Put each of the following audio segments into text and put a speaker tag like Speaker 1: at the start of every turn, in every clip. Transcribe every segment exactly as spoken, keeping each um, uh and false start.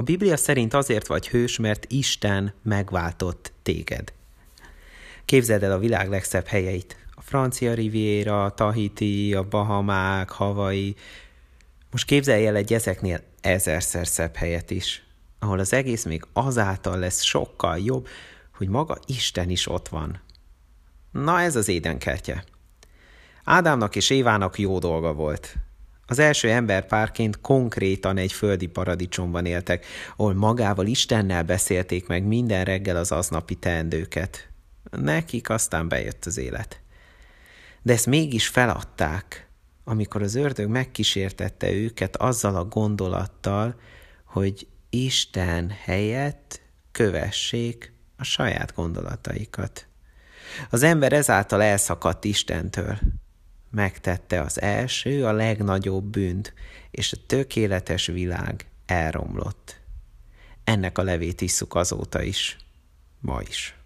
Speaker 1: Biblia szerint azért vagy hős, mert Isten megváltott téged. Képzeld el a világ legszebb helyeit. A francia riviera, a Tahiti, a Bahamák, Hawaii. Most képzelj el egy ezeknél ezerszer szebb helyet is, ahol az egész még azáltal lesz sokkal jobb, hogy maga Isten is ott van. Na, ez az Édenkertje. Ádámnak és Évának jó dolga volt. Az első emberpárként konkrétan egy földi paradicsomban éltek, ahol magával Istennel beszélték meg minden reggel az aznapi teendőket. Nekik aztán bejött az élet. De ezt mégis feladták, amikor az ördög megkísértette őket azzal a gondolattal, hogy Isten helyett kövessék a saját gondolataikat. Az ember ezáltal elszakadt Istentől. Megtette az első, a legnagyobb bűnt, és a tökéletes világ elromlott. Ennek a levét isszuk azóta is, ma is.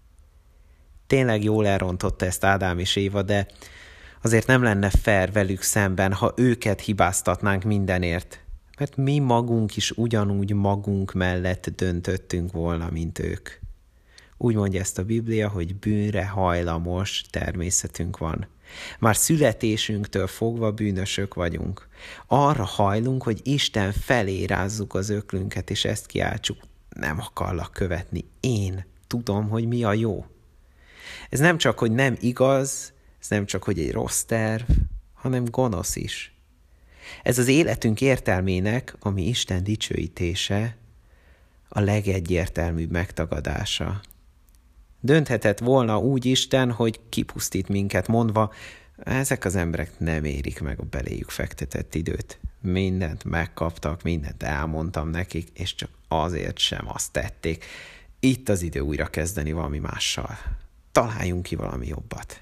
Speaker 1: Tényleg jól elrontotta ezt Ádám és Éva, de azért nem lenne fair velük szemben, ha őket hibáztatnánk mindenért, mert mi magunk is ugyanúgy magunk mellett döntöttünk volna, mint ők. Úgy mondja ezt a Biblia, hogy bűnre hajlamos természetünk van. Már születésünktől fogva bűnösök vagyunk. Arra hajlunk, hogy Isten felé rázzuk az öklünket, és ezt kiáltsuk. Nem akarlak követni. Én tudom, hogy mi a jó. Ez nem csak, hogy nem igaz, ez nem csak, hogy egy rossz terv, hanem gonosz is. Ez az életünk értelmének, ami Isten dicsőítése, a legegyértelműbb megtagadása. Dönthetett volna úgy Isten, hogy kipusztít minket, mondva, ezek az emberek nem érik meg a beléjük fektetett időt. Mindent megkaptak, mindent elmondtam nekik, és csak azért sem azt tették. Itt az idő újra kezdeni valami mással. Találjunk ki valami jobbat.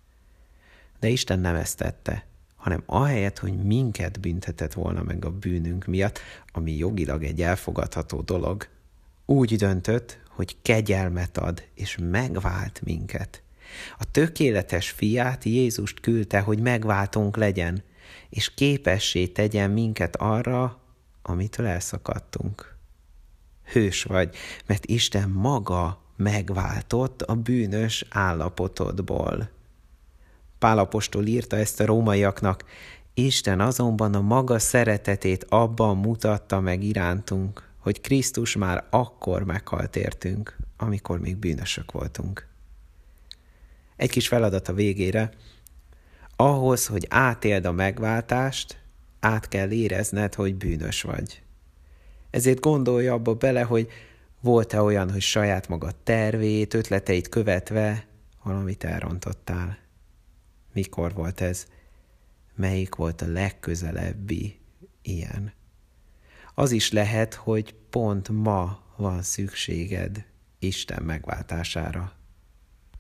Speaker 1: De Isten nem ezt tette, hanem ahelyett, hogy minket büntetett volna meg a bűnünk miatt, ami jogilag egy elfogadható dolog, úgy döntött, hogy kegyelmet ad, és megvált minket. A tökéletes fiát, Jézust küldte, hogy megváltunk legyen, és képessé tegyen minket arra, amitől elszakadtunk. Hős vagy, mert Isten maga megváltott a bűnös állapotodból. Pál apostol írta ezt a rómaiaknak, Isten azonban a maga szeretetét abban mutatta meg irántunk, hogy Krisztus már akkor meghalt értünk, amikor még bűnösök voltunk. Egy kis feladat a végére. Ahhoz, hogy átéld a megváltást, át kell érezned, hogy bűnös vagy. Ezért gondolj abba bele, hogy volt-e olyan, hogy saját magad tervét, ötleteit követve valamit elrontottál. Mikor volt ez? Melyik volt a legközelebbi ilyen? Az is lehet, hogy pont ma van szükséged Isten megváltására.